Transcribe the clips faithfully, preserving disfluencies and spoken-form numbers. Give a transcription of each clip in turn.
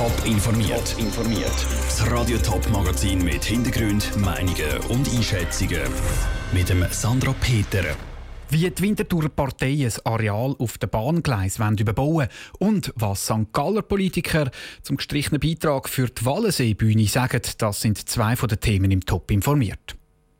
Top informiert. informiert. Das Radio Top Magazin mit Hintergrund, Meinungen und Einschätzungen mit dem Sandra Peter. Wie die Winterthurer Partei ein Areal auf den Bahngleisen überbauen und was Sankt Galler Politiker zum gestrichenen Beitrag für die Wallenseebühne sagen, das sind zwei von den Themen im Top informiert.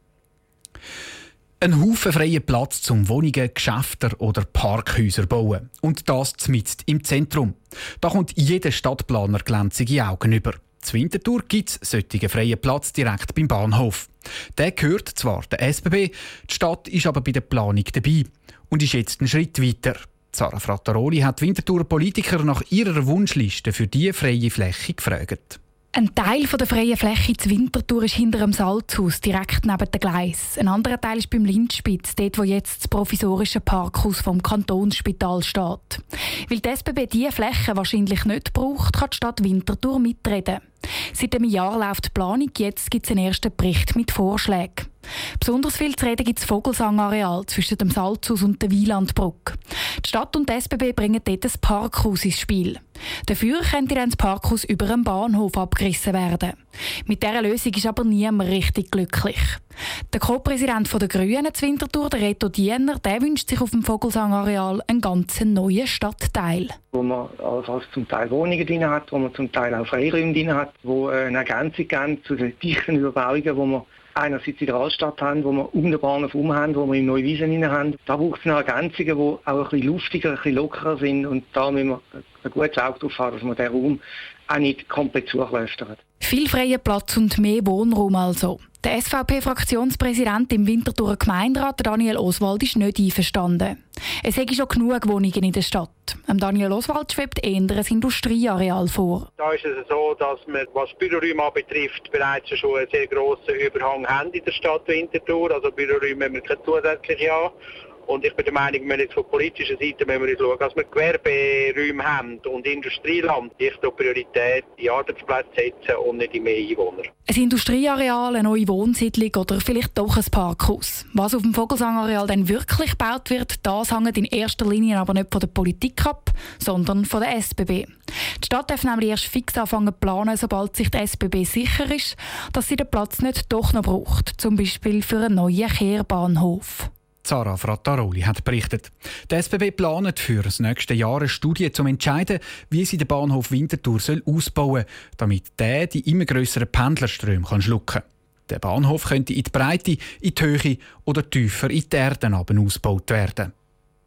Ein Haufen freien Platz zum Wohnungen, Geschäfte oder Parkhäuser bauen. Und das mitten im Zentrum. Da kommt jeder Stadtplaner glänzige Augen über. Zur Winterthur gibt es solchen freien Platz direkt beim Bahnhof. Der gehört zwar der S B B, die Stadt ist aber bei der Planung dabei und ist jetzt einen Schritt weiter. Sarah Frattaroli hat die Winterthurer Politiker nach ihrer Wunschliste für diese freie Fläche gefragt. Ein Teil der freien Fläche zu Winterthur ist hinter dem Salzhaus, direkt neben dem Gleis. Ein anderer Teil ist beim Lindspitz, dort wo jetzt das provisorische Parkhaus vom Kantonsspital steht. Weil die S B B diese Fläche wahrscheinlich nicht braucht, kann die Stadt Winterthur mitreden. Seit einem Jahr läuft die Planung, jetzt gibt es einen ersten Bericht mit Vorschlägen. Besonders viel zu reden gibt es Vogelsangareal zwischen dem Salzhaus und der Wielandbrücke. Die Stadt und die S B B bringen dort ein Parkhaus ins Spiel. Dafür könnte dann das Parkhaus über einen Bahnhof abgerissen werden. Mit dieser Lösung ist aber niemand richtig glücklich. Der Co-Präsident der Grünen zu Winterthur, der Reto Diener, der wünscht sich auf dem Vogelsangareal einen ganz neuen Stadtteil. Wo man also zum Teil Wohnungen drin hat, wo man zum Teil auch Freiräume drin hat, wo eine Ergänzung geben zu den dichten Überbauungen, wo man einerseits in der Altstadt haben, wo wir um den Bahnhof herum haben, wo wir in Neuwiesen rein haben. Da braucht es noch Ergänzungen, die auch ein bisschen luftiger, ein bisschen lockerer sind. Und da müssen wir ein gutes Auge drauf haben, dass man den Raum auch nicht komplett zuklöstert. Viel freier Platz und mehr Wohnraum also. Der S V P-Fraktionspräsident im Winterthurer Gemeinderat, Daniel Oswald, ist nicht einverstanden. Es hätte schon genug Wohnungen in der Stadt. Daniel Oswald schwebt eher ein Industrieareal vor. Da ist es so, dass wir, was Büroräume betrifft, bereits schon einen sehr grossen Überhang haben in der Stadt Winterthur. Also Büroräume haben wir keine zusätzliche an. Und ich bin der Meinung, wir jetzt von politischer Seite müssen wir schauen, dass wir Gewerberäume haben und Industrieland. Ich die Priorität in Arbeitsplätze setzen und nicht in mehr Einwohner. Ein Industrieareal, eine neue Wohnsiedlung oder vielleicht doch ein Parkhaus. Was auf dem Vogelsangareal dann wirklich gebaut wird, das hängt in erster Linie aber nicht von der Politik ab, sondern von der S B B. Die Stadt darf nämlich erst fix anfangen zu planen, sobald sich die S B B sicher ist, dass sie den Platz nicht doch noch braucht, zum Beispiel für einen neuen Kehrbahnhof. Sarah Frattaroli hat berichtet. Die S B B plant für das nächste Jahr eine Studie, um zu entscheiden, wie sie den Bahnhof Winterthur soll ausbauen soll, damit der die immer grösseren Pendlerströme kann schlucken kann. Der Bahnhof könnte in die Breite, in die Höhe oder tiefer in die Erde ausgebaut werden.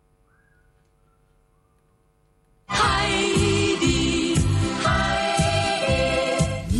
Heidi, Heidi,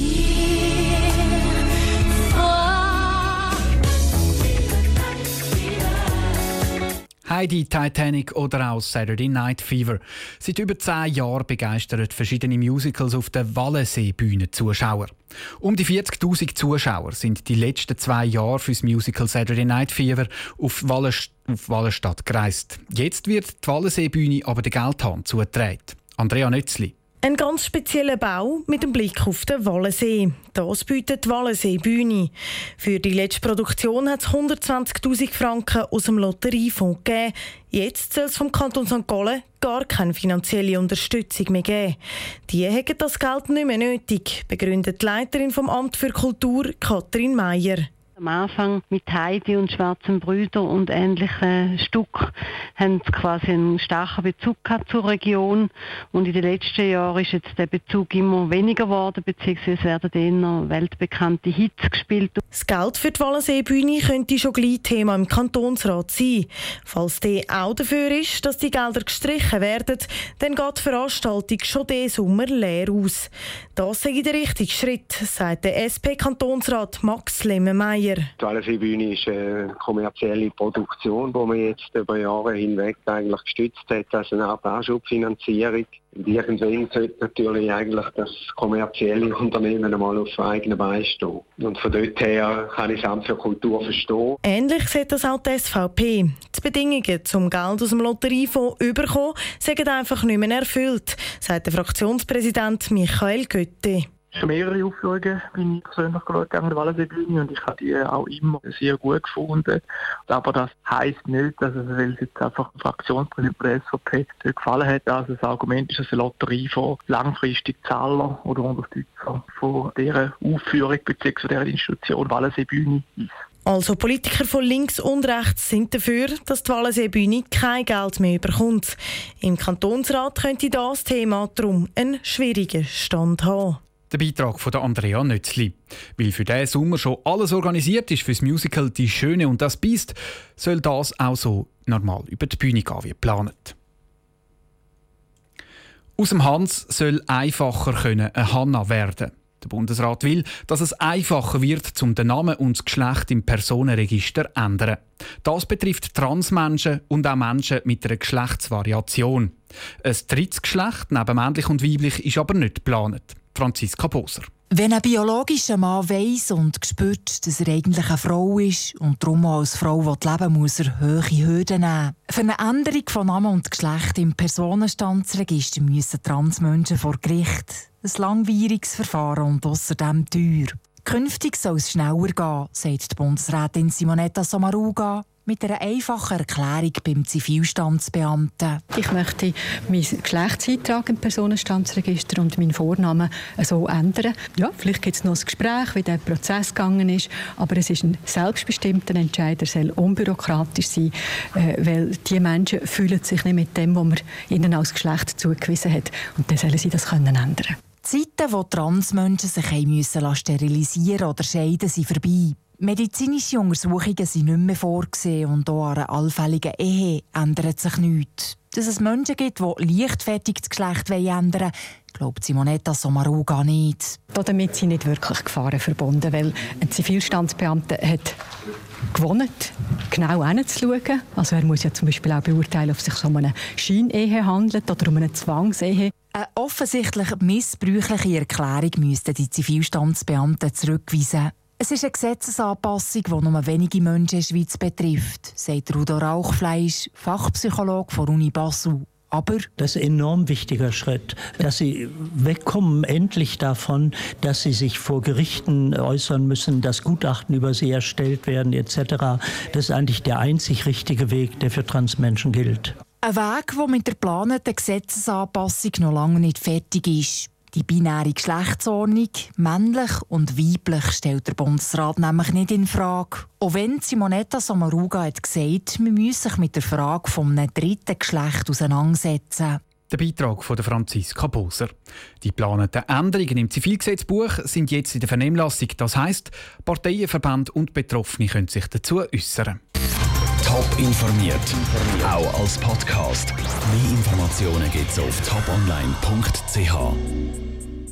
Heidi, Titanic oder auch Saturday Night Fever. Seit über zehn Jahren begeistern verschiedene Musicals auf der Wallenseebühne Zuschauer. Um die vierzigtausend Zuschauer sind die letzten zwei Jahre für das Musical Saturday Night Fever auf, Wallenst- auf Wallenstadt gereist. Jetzt wird die Wallenseebühne aber den Geldhahn zugetragen. Andrea Nötzli. Ein ganz spezieller Bau mit dem Blick auf den Wallensee. Das bietet die Wallenseebühne. Für die letzte Produktion hat es hundertzwanzigtausend Franken aus dem Lotteriefonds gegeben. Jetzt soll es vom Kanton Sankt Gallen gar keine finanzielle Unterstützung mehr geben. Die hätten das Geld nicht mehr nötig, begründet die Leiterin vom Amt für Kultur, Katrin Meier. Am Anfang mit Heidi und Schwarzen Brüder und ähnlichen Stück haben sie quasi einen starken Bezug gehabt zur Region. Und in den letzten Jahren ist jetzt der Bezug immer weniger geworden, beziehungsweise werden eher weltbekannte Hits gespielt. Das Geld für die Wallenseebühne könnte schon gleich Thema im Kantonsrat sein. Falls der auch dafür ist, dass die Gelder gestrichen werden, dann geht die Veranstaltung schon diesen Sommer leer aus. Das sei der richtige Schritt, sagt der S P-Kantonsrat Max Lemmenmeier. Die Wallenseebühne ist eine kommerzielle Produktion, die man jetzt über Jahre hinweg eigentlich gestützt hat, als eine Art Anschubfinanzierung. Und irgendwann sollte natürlich eigentlich das kommerzielle Unternehmen einmal auf eigenen Beinen stehen. Und von dort her kann ich das Amt für Kultur verstehen. Ähnlich sieht das auch die S V P. Die Bedingungen, um Geld aus dem Lotteriefonds zu bekommen, sind einfach nicht mehr erfüllt, sagt der Fraktionspräsident Michael Götte. Schon mehrere Aufführungen bin ich persönlich geschaut an der Wallenseebühne und ich habe die auch immer sehr gut gefunden. Aber das heisst nicht, dass es, weil es jetzt einfach der Fraktionspräsident der S V P gefallen hat, also das Argument ist, dass eine Lotterie von langfristig Zahler oder Unterstützer von dieser Aufführung bzw. dieser Institution Wallenseebühne ist. Also Politiker von links und rechts sind dafür, dass die Wallenseebühne kein Geld mehr bekommt. Im Kantonsrat könnte das Thema darum einen schwierigen Stand haben. Der Beitrag von Andrea Nötzli. Weil für diesen Sommer schon alles organisiert ist für das Musical «Die Schöne und das Biest», soll das auch so normal über die Bühne gehen wie geplant. Aus dem Hans soll einfacher können eine Hanna werden. Der Bundesrat will, dass es einfacher wird, um den Namen und das Geschlecht im Personenregister zu ändern. Das betrifft Transmenschen und auch Menschen mit einer Geschlechtsvariation. Ein drittes Geschlecht neben männlich und weiblich ist aber nicht geplant. Franziska Poser. Wenn ein biologischer Mann weiss und spürt, dass er eigentlich eine Frau ist und darum auch als Frau leben will, muss er hohe Hürden nehmen. Für eine Änderung von Namen und Geschlecht im Personenstandsregister müssen Transmenschen vor Gericht. Ein langwieriges Verfahren und außerdem teuer. Künftig soll es schneller gehen, sagt die Bundesrätin Simonetta Sommaruga mit einer einfachen Erklärung beim Zivilstandsbeamten. Ich möchte meinen Geschlechtseintrag im Personenstandsregister und meinen Vornamen so ändern. Ja, vielleicht gibt es noch ein Gespräch, wie der Prozess gegangen ist, aber es ist ein selbstbestimmter Entscheid, er soll unbürokratisch sein, weil die Menschen fühlen sich nicht mit dem, was man ihnen als Geschlecht zugewiesen hat. Und dann sollen sie das können ändern. Die Zeiten, wo Transmenschen sich müssen sterilisieren oder scheiden, sind vorbei. Medizinische Untersuchungen sind nicht mehr vorgesehen und auch an einer allfälligen Ehe ändert sich nichts. Dass es Menschen gibt, die leichtfertig das Geschlecht ändern wollen, glaubt Simonetta Sommaruga nicht. Damit sind nicht wirklich Gefahren verbunden, weil ein Zivilstandsbeamter hat gewonnen, genau hinzuschauen. Also er muss ja zum Beispiel auch beurteilen, ob es sich um eine Scheinehe handelt oder um eine Zwangsehe. Eine offensichtlich missbräuchliche Erklärung müssten die Zivilstandsbeamten zurückweisen. Es ist eine Gesetzesanpassung, die nur wenige Menschen in der Schweiz betrifft, sagt Rudo Rauchfleisch, Fachpsychologe von Uni Basel. Aber das ist ein enorm wichtiger Schritt, dass sie wegkommen endlich davon, dass sie sich vor Gerichten äußern müssen, dass Gutachten über sie erstellt werden et cetera. Das ist eigentlich der einzig richtige Weg, der für Transmenschen gilt. Ein Weg, der mit der geplanten Gesetzesanpassung noch lange nicht fertig ist. Die binäre Geschlechtsordnung, männlich und weiblich, stellt der Bundesrat nämlich nicht in Frage. Auch wenn Simonetta Sommaruga hat gesagt, man müsse sich mit der Frage von einem dritten Geschlecht auseinandersetzen. Der Beitrag von Franziska Poser. Die geplanten Änderungen im Zivilgesetzbuch sind jetzt in der Vernehmlassung. Das heisst, Parteien, Verbände und Betroffene können sich dazu äußern. Top informiert, auch als Podcast. Mehr Informationen gibt's auf top online punkt c h.